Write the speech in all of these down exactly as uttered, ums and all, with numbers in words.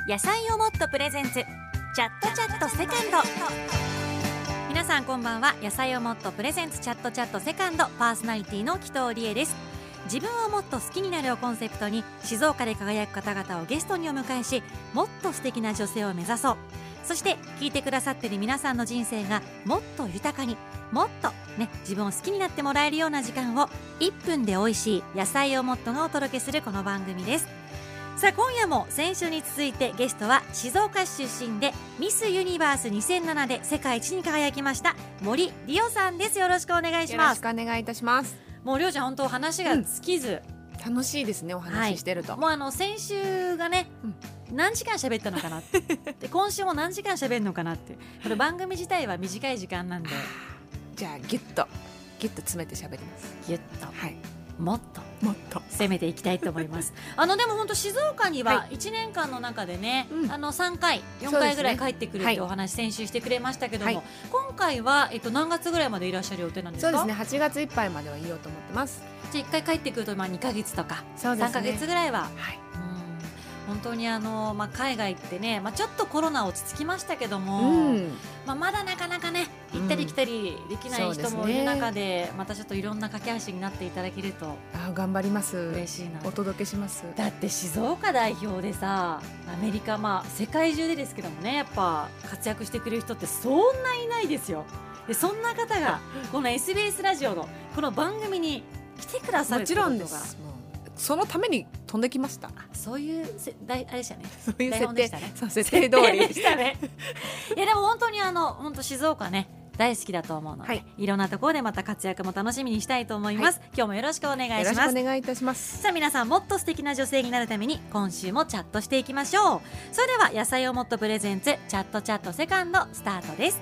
野菜をもっとプレゼンツチャットチャットセカンド。皆さんこんばんは。野菜をもっとプレゼンツチャットチャットセカンドパーソナリティの紀藤理恵です。自分をもっと好きになるをコンセプトに静岡で輝く方々をゲストにお迎えし、もっと素敵な女性を目指そう。そして聞いてくださっている皆さんの人生がもっと豊かに、もっとね、自分を好きになってもらえるような時間をいっぷんで美味しい野菜をもっとがお届けするこの番組です。さあ今夜も先週に続いてゲストは静岡市出身でミスユニバースにせんななで世界一に輝きました森理央さんです。よろしくお願いします。 よろしくお願いいたします。もう理央ちゃん本当話が尽きず、 うん、楽しいですねお話ししてると、 はい、もうあの先週がね、うん、何時間喋ったのかなってで今週も何時間喋るのかなって。これ番組自体は短い時間なんでじゃあギュッとギュッと詰めて喋ります。 ギュッと、 はい、 もっともっと攻めていきたいと思いますあのでも本当静岡にはいちねんかんの中でね、はい、あのさんかいよんかいぐらい帰ってくるってお話先週してくれましたけども、はい、今回は、えっと、何月ぐらいまでいらっしゃる予定なんですか？ そうですねはちがついっぱいまではいようと思ってます。 じゃあいっかい帰ってくるとまあにかげつとか、ね、さんかげつぐらいは、はい、本当にあの、まあ、海外ってね、まあ、ちょっとコロナ落ち着きましたけども、うんまあ、まだなかなかね行ったり来たりできない人もいる中 で,、うんでね、またちょっといろんな架け橋になっていただけるとあ頑張ります。 嬉しいな。 お届けします。 だって静岡代表でさアメリカ、まあ、世界中でですけどもねやっぱ活躍してくれる人ってそんないないですよ。でそんな方がこの エスビーエス ラジオのこの番組に来てくださるってことがもちろんです。そのために飛んできました。あそういうせだいあれでしたね。 そういう設定でしたね。そう設定通りでしたねいやでも本当にあの本当静岡ね大好きだと思うので、はい、いろんなところでまた活躍も楽しみにしたいと思います、はい、今日もよろしくお願いします。 よろしくお願いいたします。 さあ皆さんもっと素敵な女性になるために今週もチャットしていきましょう。それでは野菜をもっとプレゼンツチャットチャットセカンドスタートです。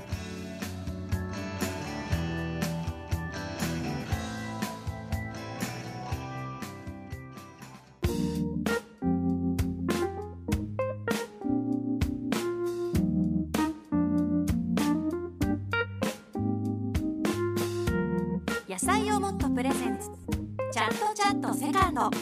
野菜をもっとプレゼンツチャットチャットセカンド。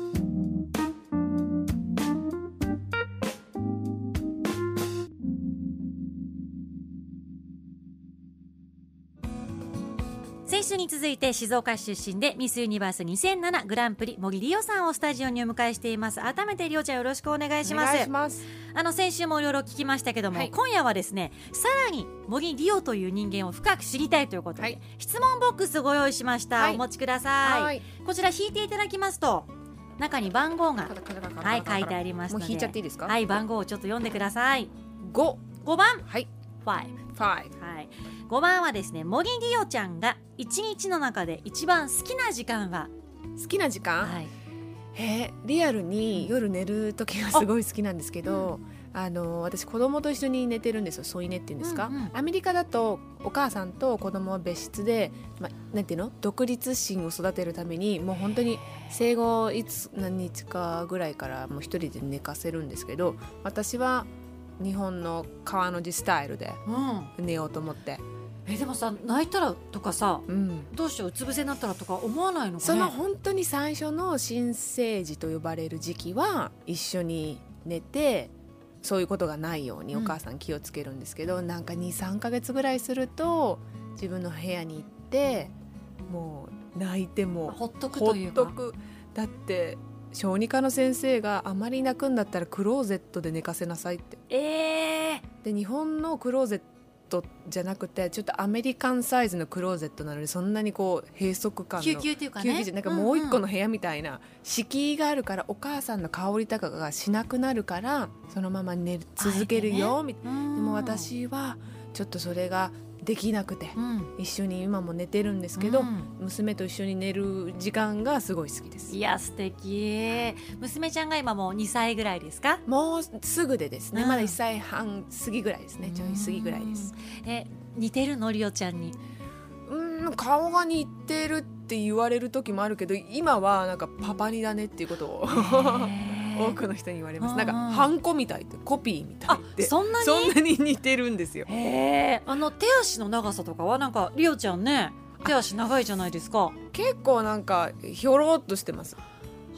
先週に続いて静岡市出身でミスユニバースにせんななグランプリ森理央さんをスタジオにお迎えしています。改めて理央ちゃんよろしくお願いします。 お願いします。 あの先週もいろいろ聞きましたけども、はい、今夜はですねさらに森理央という人間を深く知りたいということで、はい、質問ボックスご用意しました、はい、お持ちください、はい、こちら引いていただきますと中に番号がはい書いてありますので、 もう引いちゃっていいですか？ はい番号をちょっと読んでください。 ごごばんはいごはいごばんはですね森理央ちゃんがいちにちの中で一番好きな時間は？ 好きな時間、はい、へーリアルに夜寝る時がすごい好きなんですけど、うん、あの私子供と一緒に寝てるんですよ。添い寝っていうんですか、うんうん、アメリカだとお母さんと子供は別室で、ま、なんていうの独立心を育てるためにもう本当に生後いつ何日かぐらいからもう一人で寝かせるんですけど、私は日本の川の字スタイルで寝ようと思って、 うん、えでもさ泣いたらとかさ、うん、どうしよううつ伏せになったらとか思わないのかね。 その本当に最初の新生児と呼ばれる時期は一緒に寝てそういうことがないようにお母さん気をつけるんですけど、うん、なんか にさんかげつぐらいすると自分の部屋に行ってもう泣いてもほっとくというか、 ほっとく。だって小児科の先生があまり泣くんだったらクローゼットで寝かせなさいって、 えー、 で日本のクローゼットじゃなくてちょっとアメリカンサイズのクローゼットなのでそんなにこう閉塞感の救急っていうかね、 救急じゃなんかもう一個の部屋みたいな敷居があるからお母さんの香りとかがしなくなるからそのまま寝続けるよ、ね、でも私はちょっとそれができなくて、うん、一緒に今も寝てるんですけど、うん、娘と一緒に寝る時間がすごい好きです。 いや素敵。娘ちゃんが今もうにさいぐらいですか？ もうすぐでですね、うん、まだいっさいはん過ぎぐらいですね。ちょい過ぎぐらいです。 え似てるの理央ちゃんに？ うん顔が似てるって言われる時もあるけど今はなんかパパにだねっていうことを多くの人に言われます。なんかハンコみたいってコピーみたいってそんなにそんなに似てるんですよ。 へーあの手足の長さとかはなんか理央ちゃんね手足長いじゃないですか。 結構なんかひょろっとしてます。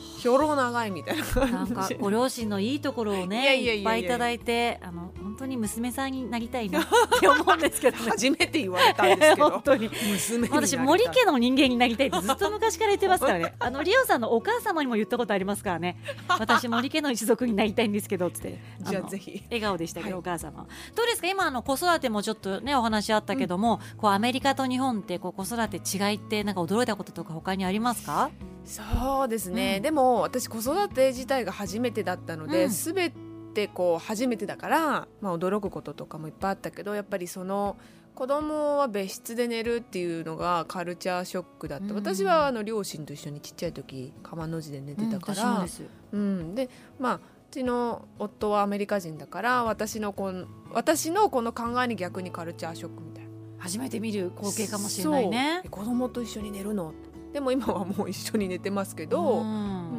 ひょろ長いみたいな感じ。 なんかご両親のいいところをねいやいやいやいやいっぱいいただいて、あの本当に娘さんになりたいなって思うんですけどね初めて言われたんですけど本当に娘になりたい。 私森家の人間になりたいってずっと昔から言ってますからねあのリオさんのお母様にも言ったことありますからね私森家の一族になりたいんですけどつってじゃあぜひ笑顔でしたけど、 はい、 お母様どうですか今あの子育てもちょっとねお話あったけども、うん、こうアメリカと日本ってこう子育て違いってなんか驚いたこととか他にありますか？ そうですね、 うん、 でも私子育て自体が初めてだったので、うん、全てこう初めてだから、まあ、驚くこととかもいっぱいあったけどやっぱりその子供は別室で寝るっていうのがカルチャーショックだった、うん、私はあの両親と一緒にちっちゃい時川の字で寝てたから、うん、でまあうちの夫はアメリカ人だから私のこの私のこの考えに逆にカルチャーショックみたいな初めて見る光景かもしれないね。 そう子供と一緒に寝るのでも今はもう一緒に寝てますけど、うん、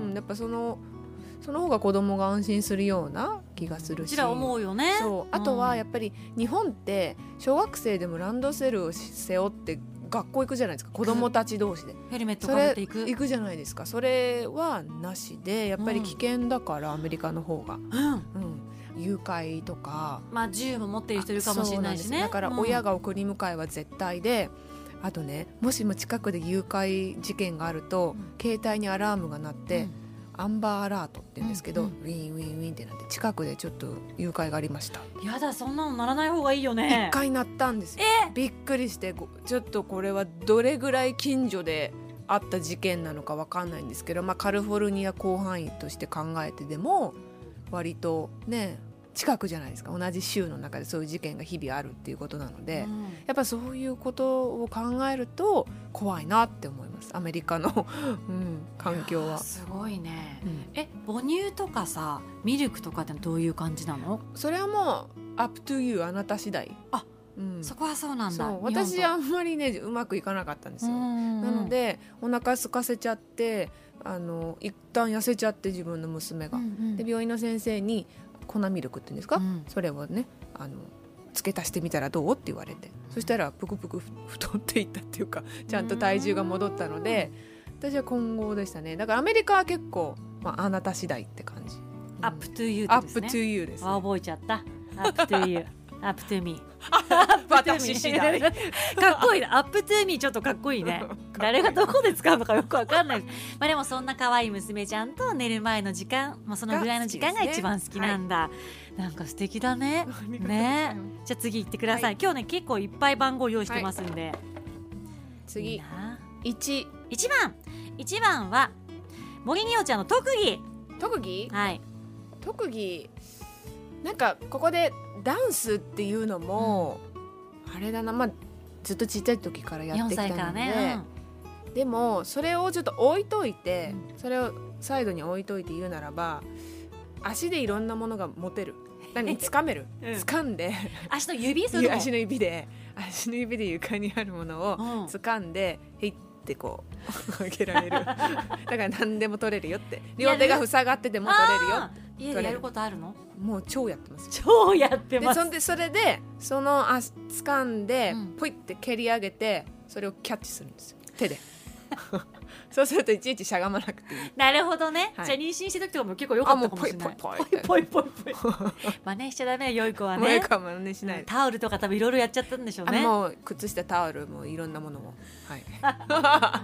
やっぱそのその方が子供が安心するような気がするし、 うちら思うよね。 そうあとはやっぱり日本って小学生でもランドセルを背負って学校行くじゃないですか子供たち同士でヘルメットかぶっていく行くじゃないですか。それはなしでやっぱり危険だから、うん、アメリカの方が、うんうん、誘拐とか、 まあ、銃も持っている人いるかもしれないしね。 だから親が送り迎えは絶対で、うん、あとねもしも近くで誘拐事件があると、うん、携帯にアラームが鳴って、うんアンバーアラートって言うんですけど、うんうん、ウィンウィンウィンってなって近くでちょっと誘拐がありました。 やだそんなのならない方がいいよね。 一回なったんですよ。びっくりしてちょっとこれはどれぐらい近所であった事件なのか分かんないんですけど、まあ、カリフォルニア広範囲として考えてでも割とね近くじゃないですか。同じ州の中でそういう事件が日々あるっていうことなので、うん、やっぱそういうことを考えると怖いなって思いますアメリカの、うん、環境は。 すごいね、うん、え母乳とかさミルクとかってどういう感じなの？ それはもう up to you あなた次第。 あ、うん、そこはそうなんだ。 そう私あんまりねうまくいかなかったんですよ。なのでお腹空かせちゃってあの一旦痩せちゃって自分の娘が、うんうん、で病院の先生に粉ミルクって言うんですか、うん、それをねあの付け足してみたらどうって言われて、そしたらぷくぷく太っていったっていうかちゃんと体重が戻ったので私は混合でしたね。だからアメリカは結構、まあ、あなた次第って感じ。 アップトゥーユーですね。 アップトゥーユーですね。 あ覚えちゃった。アップトゥーユーアップトゥーミー私次第かっこいいな。アップトゥーミーちょっとかっこいいね誰がどこで使うのかよくわかんないまあでもそんな可愛い娘ちゃんと寝る前の時間、まあ、そのぐらいの時間が一番好きなんだ、ねはい、なんか素敵だねね。じゃあ次行ってください、はい、今日ね結構いっぱい番号用意してますんで、はい、 次いいな。 いちいちばんいちばんは森美桜ちゃんの特技。 特技はい特技なんかここでダンスっていうのも、うん、あれだな、まあ、ずっとちっちゃい時からやってきたので、よんさいからね、うん、でもそれをちょっと置いといて、うん、それをサイドに置いといて言うならば足でいろんなものが持てる。何掴める、うん、掴んで足の指それ足の指で足の指で床にあるものを掴んで、うん、へいってこう開けられるだから何でも取れるよって。両手が塞がってても取れるよって。 家でやることあるの？ もう超やってます。 超やってます。 で そ, んでそれでその足掴んで、うん、ポイって蹴り上げてそれをキャッチするんですよ手でそうするといちいちしゃがまなくていい。 なるほどね、はい、じゃあ妊娠してる時とかも結構良かったかもしれない。 ポイポイポイポイポイポイ真似しちゃダメよ良い子はね。 良い子は真似しない。 タオルとか多分いろいろやっちゃったんでしょうね。 もう靴下タオルもいろんなものを、はい、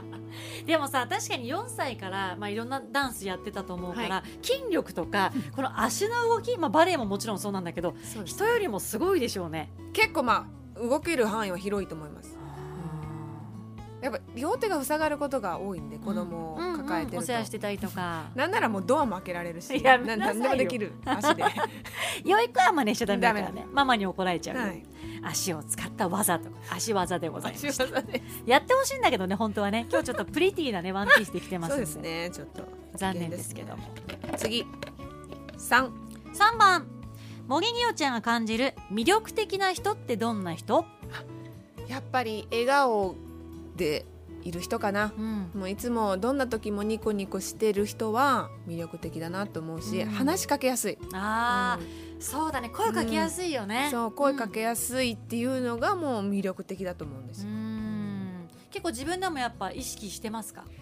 でもさ確かによんさいから、まあ、いろんなダンスやってたと思うから、はい、筋力とかこの足の動き、まあ、バレエももちろんそうなんだけど人よりもすごいでしょうね。 結構まあ動ける範囲は広いと思います。やっぱ両手が塞がることが多いんで子供を抱えてると、うんうんうん、お世話してたりとかなんならもうドアも開けられるしいやな何でもできる足で良い子は真似しちゃダメだからね。ママに怒られちゃう、はい、足を使った技とか足技でございましたやってほしいんだけどね本当はね。今日ちょっとプリティなねワンピースできてますのでそうですねちょっと残念ですけども。 次さんさんばん森美桜ちゃんが感じる魅力的な人ってどんな人？ やっぱり笑顔でいる人かな、うん、もういつもどんな時もニコニコしてる人は魅力的だなと思うし、うん、話しかけやすい。 あ、うん、そうだね声かけやすいよね、 うん、そう声かけやすいっていうのがもう魅力的だと思うんですよ。 うん結構自分でもやっぱ意識してますか？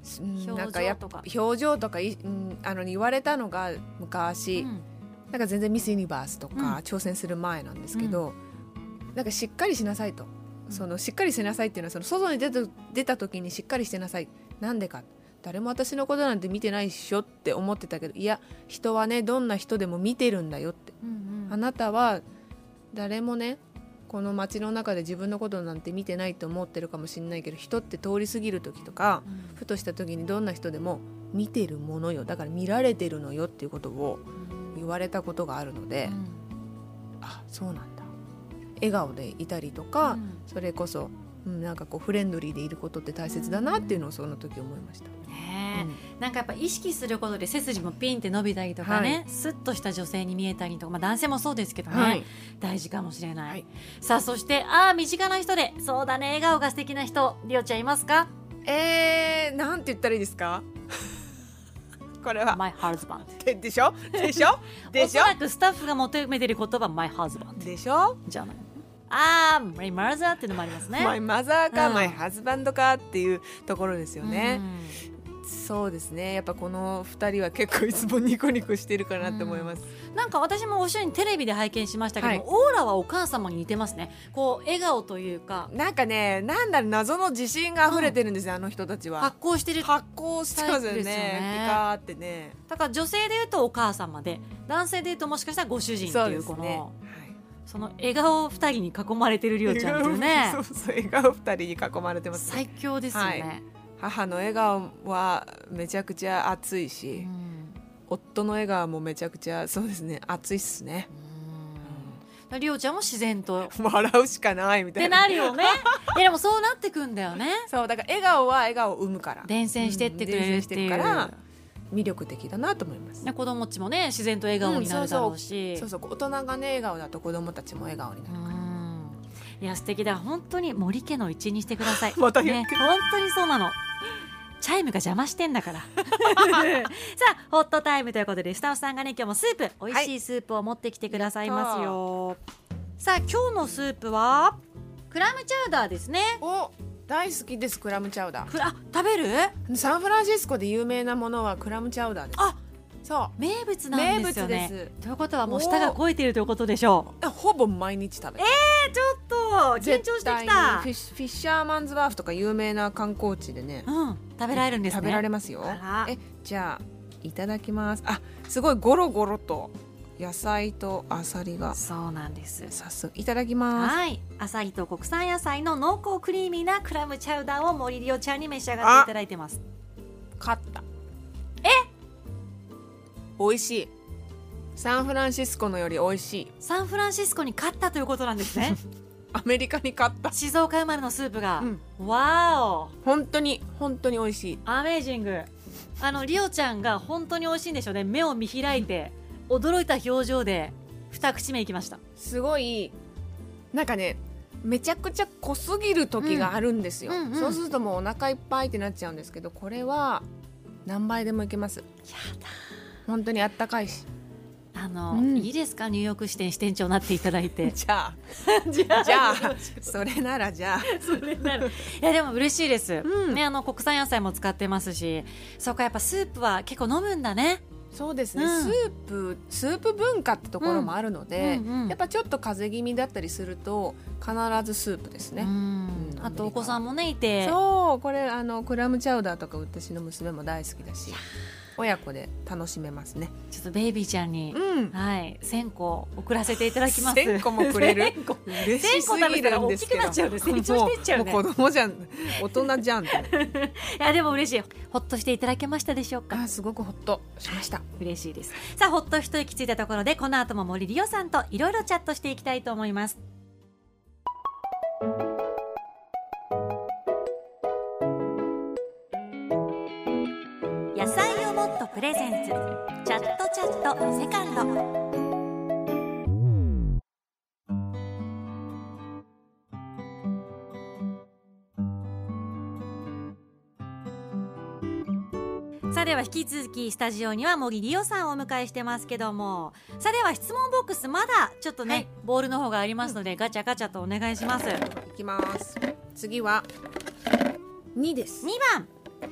なんかやっぱ表情とかい、うん、あの言われたのが昔、うん、なんか全然ミスユニバースとか挑戦する前なんですけど、うん、なんかしっかりしなさいと、うん、そのしっかりしなさいっていうのはその外に出た、出た時にしっかりしてなさい。なんでか、誰も私のことなんて見てないっしょって思ってたけど、いや人はねどんな人でも見てるんだよって、うんうん、あなたは誰もねこの街の中で自分のことなんて見てないと思ってるかもしれないけど、人って通り過ぎる時とか、うん、ふとした時にどんな人でも見てるものよ、だから見られてるのよっていうことを言われたことがあるので、うん、あ、そうなんだ、笑顔でいたりとか、うん、それこそ、うん、なんかこうフレンドリーでいることって大切だなっていうのをその時思いました、 ね、うん、なんかやっぱ意識することで背筋もピンって伸びたりとかね、はい、スッとした女性に見えたりとか、まあ、男性もそうですけどね、はい、大事かもしれない、はい、さあそしてああ身近な人でそうだね笑顔が素敵な人、りおちゃんいますか？ えー、なんて言ったらいいですかこれは My husband で, でしょでしょでしょおそらくスタッフが求めてる言葉 My husband でしょじゃない、あー My mother っていうのもありますね。 My mother か、うん、My husband かっていうところですよね、うん、そうですね、やっぱこのふたりは結構いつもニコニコしてるかなって思います、 うん、なんか私もお一緒にテレビで拝見しましたけど、はい、オーラはお母様に似てますね。こう笑顔というか、 なんかね、なんだろう、謎の自信が溢れてるんですよ、うん、あの人たちは発光してる発光してますよね、ピカーってね。 だから女性でいうとお母様で、男性でいうともしかしたらご主人っていう、この、ね、その笑顔ふたりに囲まれてるりおちゃんっていうねそうそう、笑顔ふたりに囲まれてます、ね、 最強ですよね、はい、 母の笑顔はめちゃくちゃ熱いし、うん、夫の笑顔もめちゃくちゃそうですね、熱いっすね。 うん、りおちゃんも自然と笑うしかないみたいなってなるよねいやでもそうなってくんだよね。 そうだから笑顔は笑顔を生むから伝染してってくれるっていう、うん、から魅力的だなと思います、 ね、子供っちもね自然と笑顔になるだろうし、 うん、そうそうそうそう、大人がね笑顔だと子供たちも笑顔になるから、うん、 いや素敵だ、本当に森家の一員にしてくださいまた言って、 ね、本当にそうなの、チャイムが邪魔してんだからさあホットタイムということでスタッフさんがね今日もスープ、美味しいスープを持ってきてくださいますよ、はい、さあ今日のスープはクラムチャウダーですね。 お、大好きです、クラムチャウダー。 あ、食べる？ サンフランシスコで有名なものはクラムチャウダーです。 あ、 そう、 名物なんですよね。 名物です。 ということはもう舌が肥えているということでしょう。ほぼ毎日食べる。 えー、ちょっと緊張してきた。 フィッシュ、フィッシャーマンズワーフとか有名な観光地でね、 うん、食べられるんですね。 食べられますよ。え、じゃあいただきます。あ、すごいゴロゴロと野菜とアサリが。 そうなんです。 早速いただきます。 はい、アサリと国産野菜の濃厚クリーミーなクラムチャウダーを森りおちゃんに召し上がっていただいてます。 勝った。 え、 美味しい。サンフランシスコのより美味しい。 サンフランシスコに勝ったということなんですねアメリカに勝った。 静岡生まれのスープが、うん、わお、 本当に本当に美味しい。 アメージング。あのりおちゃんが本当に美味しいんでしょうね。目を見開いて驚いた表情で二口目いきました。 すごいなんかね、めちゃくちゃ濃すぎる時があるんですよ、うんうんうん、そうするともうお腹いっぱいってなっちゃうんですけど、これは何倍でもいけます。やだ、 本当にあったかいし、 あの、うん、いいですか、ニューヨーク支店支店長になっていただいてじゃあじゃあじゃあそれならじゃあそれならいやでも嬉しいです、うんね、あの国産野菜も使ってますし、そうか、やっぱスープは結構飲むんだね。 そうですね、うん、スープスープ文化ってところもあるので、うんうんうん、やっぱちょっと風邪気味だったりすると必ずスープですね、うんうん、あとお子さんもねいて、 そう、これあのクラムチャウダーとか私の娘も大好きだし、親子で楽しめますね。 ちょっとベイビーちゃんに、うん、はい、せんこ送らせていただきます。 せんこもくれる嬉しすぎるんですけど、 大きくなっちゃうね、成長していっちゃうね。 もう子供じゃん、大人じゃんっていやでも嬉しい。ほっとしていただけましたでしょうか。 あ、すごくほっとしました。 嬉しいです。さあほっと一息ついたところで、この後も森りおさんといろいろチャットしていきたいと思います。野菜をもっとプレゼンツ、チャットチャットセカンド。さあでは引き続きスタジオには森りおさんをお迎えしてますけども、さあでは質問ボックスまだちょっとね、はい、ボールの方がありますので、うん、ガチャガチャとお願いします。 いきます。次はにです。 にばん、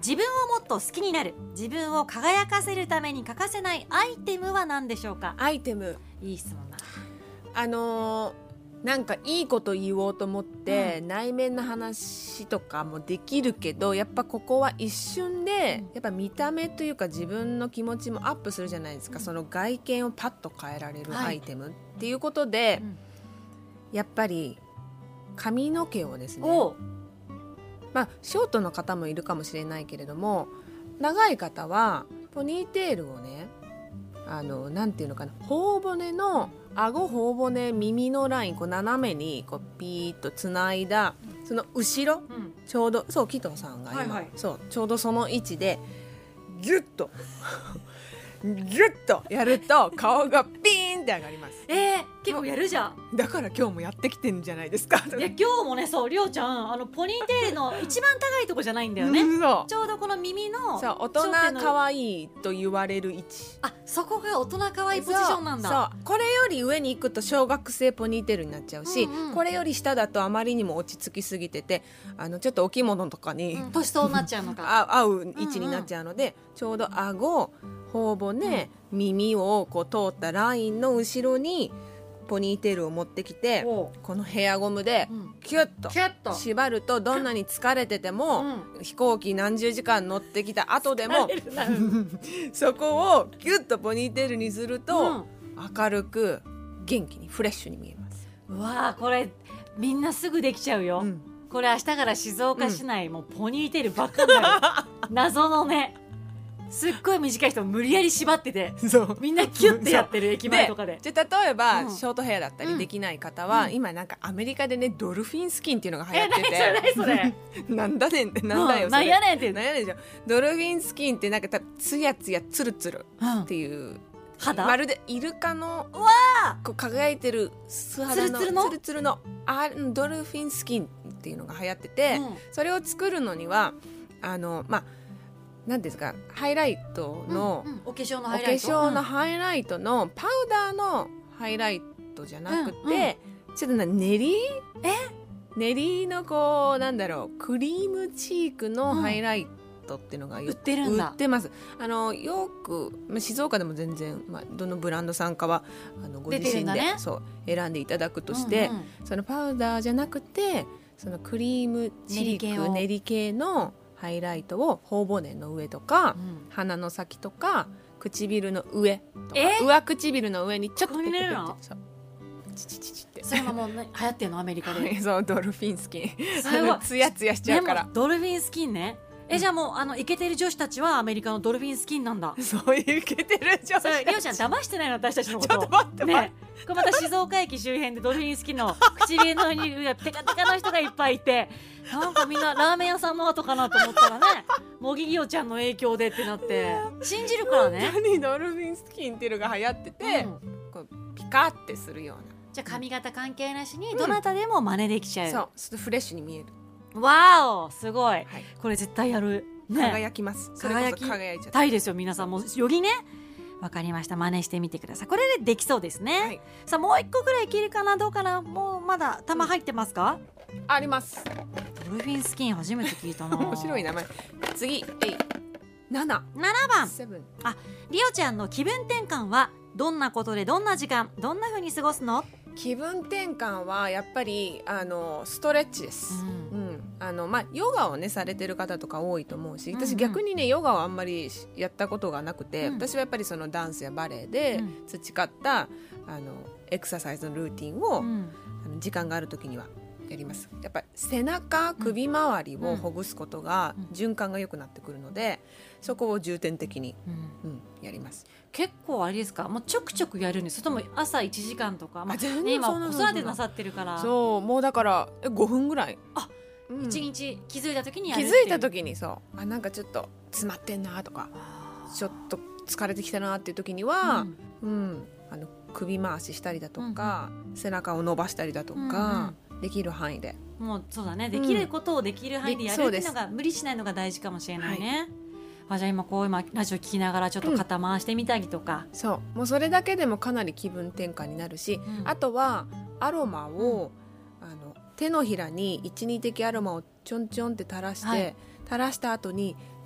自分をもっと好きになる、自分を輝かせるために欠かせないアイテムは何でしょうか？ アイテム、 いい質問だ。 あのー、なんかいいこと言おうと思って、うん、内面の話とかもできるけど、やっぱここは一瞬で、うん、やっぱ見た目というか自分の気持ちもアップするじゃないですか、うん、その外見をパッと変えられるアイテム、はい、っていうことで、うん、やっぱり髪の毛をですね、まあショートの方もいるかもしれないけれども、長い方はポニーテールをね、あのなんていうのかな、頬骨の顎、頬骨、耳のライン、こう斜めにこうピーッとつないだその後ろ、うん、ちょうどそう、紀藤さんが今、はいはい、そうちょうどその位置でギュッとギュッとやると顔がピーンって上がります。 えー、結構やるじゃん。 だから今日もやってきてんじゃないですか。 いや今日もね、そうりょうちゃん、あのポニーテールの一番高いとこじゃないんだよね。そうちょうどこの耳のそう大人可愛いと言われる位置、 あそこが大人可愛いポジションなんだ。 そうそう、これより上に行くと小学生ポニーテールになっちゃうし、うんうん、これより下だとあまりにも落ち着きすぎてて、あのちょっとお着物とかに、 うん、年相になっちゃうのか合う位置になっちゃうので、うんうん、ちょうど顎、頬骨、うん、耳をこう通ったラインの後ろにポニーテールを持ってきて、このヘアゴムでキュッと縛ると、どんなに疲れてても、うん、飛行機何十時間乗ってきた後でもそこをキュッとポニーテールにすると、うん、明るく元気にフレッシュに見えます。 うわー、これみんなすぐできちゃうよ、うん、これ明日から静岡市内、うん、もうポニーテールばっかりなる謎のね、すっごい短い人も無理やり縛ってて、そうみんなキュッてやってる駅前とかで。 じゃ例えば、うん、ショートヘアだったりできない方は、うん、今なんかアメリカでねドルフィンスキンっていうのが流行ってて、 え何それ何それなんだねんって、なんだよ、うん、 なんやねんってなんやねんじゃん。ドルフィンスキンってなんかツヤツヤツルツルっていう、うん、 肌まるでイルカのうわこう輝いてる素肌のツルツルのツルツルのあドルフィンスキンっていうのが流行ってて、うん、それを作るのにはあのまあなんですか、ハイライトの、 うんうん、お化粧のハイライト、 お化粧のハイライトのパウダーのハイライトじゃなくて、うんうん、ちょっとな練りえ練りのこうなんだろう、クリームチークのハイライトっていうのが、うん、 売ってるんだ。 売ってます。あのよく、まあ、静岡でも全然、まあ、どのブランドさんかはあのご自身で、ね、そう選んでいただくとして、うんうん、そのパウダーじゃなくてそのクリームチーク練り系のハイライトを頬骨の上とか、うん、鼻の先とか唇の上とか、上唇の上にちょっとペッペッペッて、そうチチチチって、 それがもう、ね、流行ってるのアメリカでそうドルフィンスキンツヤツヤしちゃうから。 ドルフィンスキンね。え、じゃあもうあのイケてる女子たちはアメリカのドルフィンスキンなんだ。 そういうイケてる女子たち。 りょうちゃん騙してないの、私たちのこと。 ちょっと待って待って、ね、 これまた静岡駅周辺でドルフィンスキンの唇のにテカテカの人がいっぱいいて、なんかみんなラーメン屋さんの後かなと思ったらねもぎぎよちゃんの影響でってなって信じるからね。 何ドルフィンスキンっていうのが流行ってて、うん、こうピカってするような。 じゃあ髪型関係なしにどなたでも真似できちゃう、うん、 そうするとフレッシュに見える。 わおすごい、はい、これ絶対やる、 ね、輝きます。それこそ輝いちゃったいですよ。皆さんもよりね、わかりました、真似してみてください。これでできそうですね、はい、さあもう一個ぐらいいけるかな、どうかな。もうまだ玉入ってますか、 うん、あります。 ドルフィンスキン初めて聞いたな面白い名前。次えいななななばん、あ、りおちゃんの気分転換はどんなことでどんな時間どんな風に過ごすの？ 気分転換はやっぱりあのストレッチです、うんうん、あのまあ、ヨガを、ね、されてる方とか多いと思うし、私逆にね、うんうん、ヨガはあんまりやったことがなくて、うん、私はやっぱりそのダンスやバレエで培った、うん、あのエクササイズのルーティンを、うん、あの時間がある時にはやります。やっぱり背中首周りをほぐすことが循環が良くなってくるので、そこを重点的に、うんうん、やります。 結構あれですか、もうちょくちょくやるんです。それとも朝いちじかんとか、まあね、今子育てなさってるから、 そうもうだからごふんぐらい、 あ、うん、いちにち気づいた時にやるっていう。気づいた時にそうあなんかちょっと詰まってんなとか、ちょっと疲れてきたなっていう時には、うんうん、あの首回ししたりだとか、うん、背中を伸ばしたりだとか、うんうん、できる範囲で、 もうそうだね、できることをできる範囲でやるっていうのが、無理しないのが大事かもしれないね、はい。あ、じゃあ今こう今ラジオ聞きながらちょっと肩回してみたりとか、 うん、そうもうそれだけでもかなり気分転換になるし、うん、あとはアロマを、うん、あの手のひらにいち、に滴アロマをちょんちょんって垂らして、はい、垂らした後に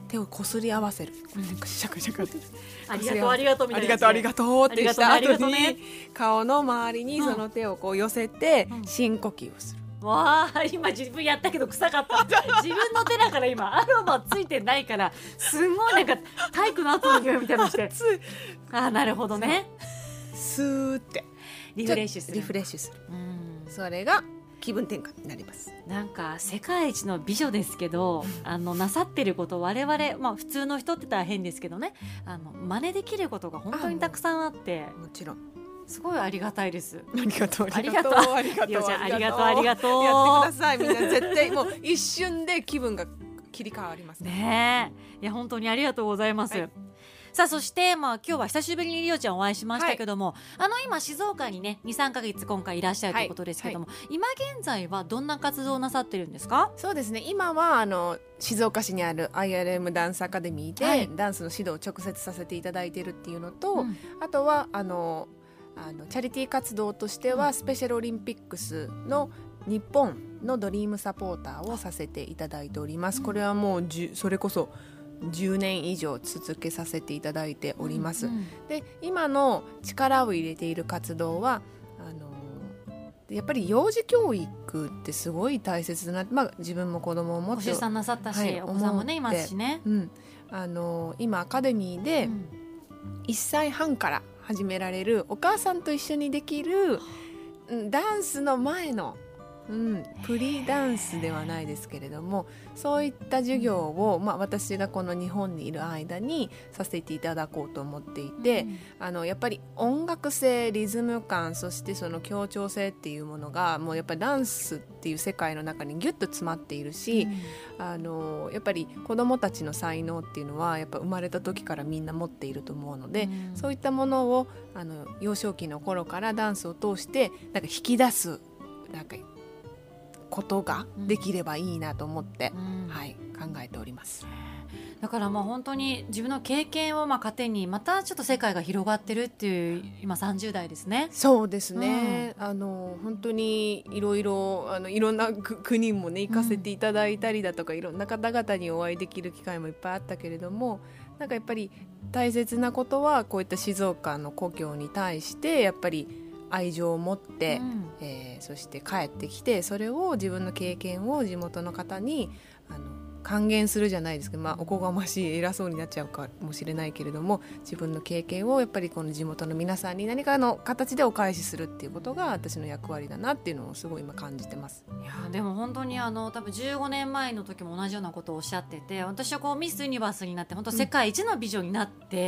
手をこすり合わせる、シャカシャカってありがとうありがとうみたいな、 ありがとうありがとうってした後に、 ね、 顔の周りにその手をこう寄せて深呼吸をする、 うん、わあ今自分やったけど臭かった自分の手だから今アロマついてないからすごいなんか体育の後の匂いみたいなのしてあなるほどね、 スーってリフレッシュするリフレッシュする、 うん、 それが気分転換になります。 なんか世界一の美女ですけどあのなさってること我々、まあ、普通の人って言ったら変ですけどねあの真似できることが本当にたくさんあってもちろんすごいありがたいです。 ありがとうありがとうありがとうありがとうありがとうやってくださいみんな絶対もう一瞬で気分が切り替わりますねえいや本当にありがとうございます、はい、さあそして、まあ、今日は久しぶりにりおちゃんお会いしましたけども、はい、あの今静岡にね にさんかげつ今回いらっしゃるということですけども、はいはい、今現在はどんな活動をなさってるんですか？ そうですね今はあの静岡市にある アイアールエム ダンスアカデミーで、はい、ダンスの指導を直接させていただいているっていうのと、うん、あとはあのあのチャリティー活動としては、うん、スペシャルオリンピックスの日本のドリームサポーターをさせていただいております、うん、これはもうじゅそれこそじゅうねん以上続けさせていただいております、うんうん、で今の力を入れている活動はあのやっぱり幼児教育ってすごい大切だな、まあ、自分も子供を持ってご出産なさったし、はい、お子さんもねいますしね、 うん、あの今アカデミーでいっさいはんから始められるお母さんと一緒にできるダンスの前の、うん、プリダンスではないですけれどもそういった授業を、まあ、私がこの日本にいる間にさせていただこうと思っていて、うん、あのやっぱり音楽性リズム感そしてその協調性っていうものがもうやっぱりダンスっていう世界の中にギュッと詰まっているし、うん、あのやっぱり子どもたちの才能っていうのはやっぱ生まれた時からみんな持っていると思うので、うん、そういったものをあの幼少期の頃からダンスを通してなんか引き出すなんかことができればいいなと思って、うんはい、考えております。 だからまあ本当に自分の経験をまあ糧にまたちょっと世界が広がってるっていう今さんじゅう代ですね。 そうですね、うん、あの本当にいろいろあのいろんな国もね行かせていただいたりだとか、うん、いろんな方々にお会いできる機会もいっぱいあったけれどもなんかやっぱり大切なことはこういった静岡の故郷に対してやっぱり愛情を持って、うんえー、そして帰ってきてそれを自分の経験を地元の方にあの還元するじゃないですけど、まあ、おこがましい偉そうになっちゃうかもしれないけれども自分の経験をやっぱりこの地元の皆さんに何かの形でお返しするっていうことが私の役割だなっていうのをすごい今感じてます。 いやでも本当にあの多分じゅうごねんまえの時も同じようなことをおっしゃってて私はこうミスユニバースになって本当世界一の美女になって、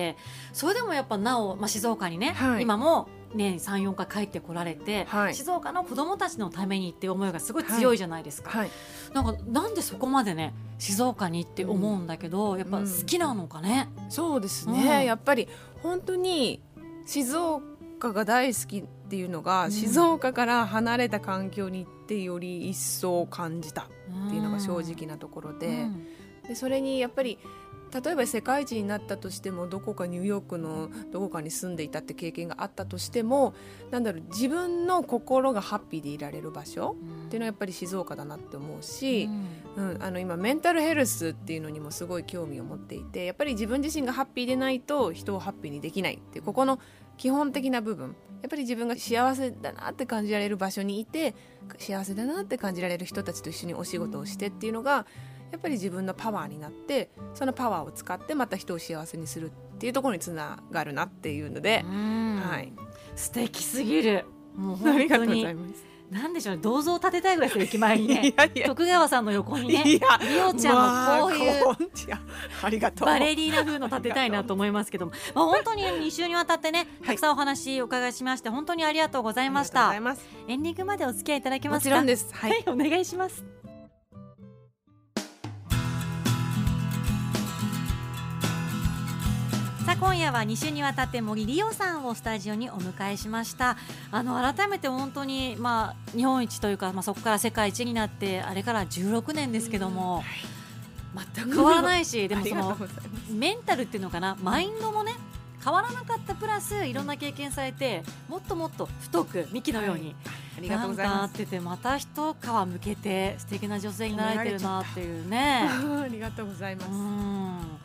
うん、それでもやっぱなお、まあ、静岡にね、はい、今も年さん、よんかい帰ってこられて、はい、静岡の子どもたちのためにっていう思いがすごい強いじゃないですか、はいはい、なんかなんでそこまでね静岡にって思うんだけど、うん、やっぱ好きなのかね、 うん、そうですね、うん、やっぱり本当に静岡が大好きっていうのが、うん、静岡から離れた環境に行ってより一層感じたっていうのが正直なところで、うん、でそれにやっぱり例えば世界一になったとしてもどこかニューヨークのどこかに住んでいたって経験があったとしてもなんだろう自分の心がハッピーでいられる場所っていうのはやっぱり静岡だなって思うし、うんうん、あの今メンタルヘルスっていうのにもすごい興味を持っていてやっぱり自分自身がハッピーでないと人をハッピーにできないっていうここの基本的な部分やっぱり自分が幸せだなって感じられる場所にいて幸せだなって感じられる人たちと一緒にお仕事をしてっていうのがやっぱり自分のパワーになってそのパワーを使ってまた人を幸せにするっていうところにつながるなっていうので、はい、 素敵すぎるもう本当にありがとうございますなんでしょう銅像を建てたいぐらいですよ駅前にねいやいや徳川さんの横にねりおちゃんのこういう、まあ、 ありがとうバレリーナ風の建てたいなと思いますけども、まあ、本当にに週にわたってねたくさんお話お伺いしまして本当にありがとうございました。エンディングまでお付き合いいただけますか？ もちろんです、はいはい、お願いします。さあ今夜はに週にわたって森りおさんをスタジオにお迎えしました。あの改めて本当に、まあ、日本一というか、まあ、そこから世界一になってあれからじゅうろくねんですけども、うん、全く変わらないしでもそのメンタルっていうのかなマインドもね変わらなかったプラスいろんな経験されてもっともっと太く幹のように、はい、ありがとうございます。なんかあっててまた一皮向けて素敵な女性になられてるなっていうねありがとうございます。 うん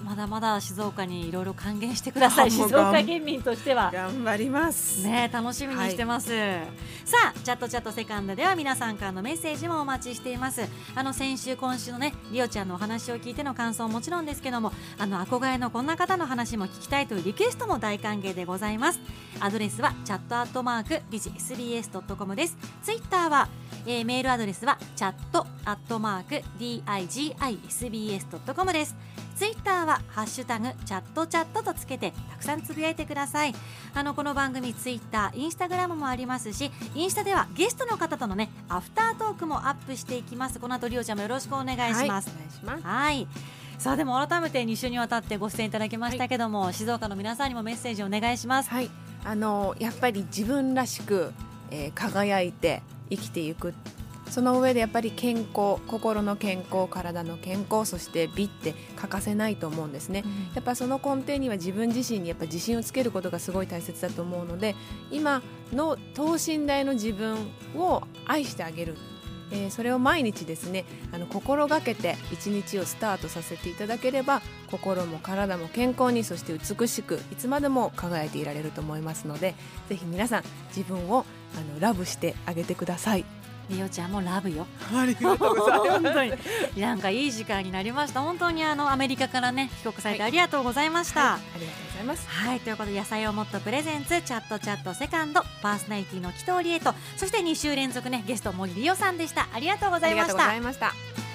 まだまだ静岡にいろいろ還元してください。静岡県民としては頑張りますね、楽しみにしてます、はい、さあチャットチャットセカンドでは皆さんからのメッセージもお待ちしています。あの先週今週のねリオちゃんのお話を聞いての感想ももちろんですけども、あの憧れのこんな方の話も聞きたいというリクエストも大歓迎でございます。アドレスはチャットアットマークビジ エスビーエスドットコム です。ツイッターは、えー、メールアドレスはチャットアットマーク ディーアイジーアイエスビーエスドットコム です。ツイッターはハッシュタグチャットチャットとつけてたくさんつぶやいてください。あのこの番組ツイッター、インスタグラムもありますし、インスタではゲストの方とのねアフタートークもアップしていきます。この後リオちゃんもよろしくお願いします。はい、お願いします。はい。さあでも改めてに週にわたってご出演いただきましたけども、はい、静岡の皆さんにもメッセージお願いします。 はい、あのやっぱり自分らしく、えー、輝いて生きていく、その上でやっぱり健康、心の健康、体の健康、そして美って欠かせないと思うんですね、うん、やっぱその根底には自分自身にやっぱ自信をつけることがすごい大切だと思うので、今の等身大の自分を愛してあげる、えー、それを毎日ですねあの心がけて一日をスタートさせていただければ、心も体も健康に、そして美しくいつまでも輝いていられると思いますので、ぜひ皆さん自分をあのラブしてあげてください。 リオちゃんもラブよ。 ありがとうございます。本当になんかいい時間になりました。本当にあのアメリカからね帰国されてありがとうございました。 はいはい、ありがとうございます。 はい、ということで野菜をもっとプレゼンツチャットチャットセカンド、パーソナリティの紀藤理恵と、そしてに週連続ねゲスト森リオさんでした。ありがとうございました。 ありがとうございました。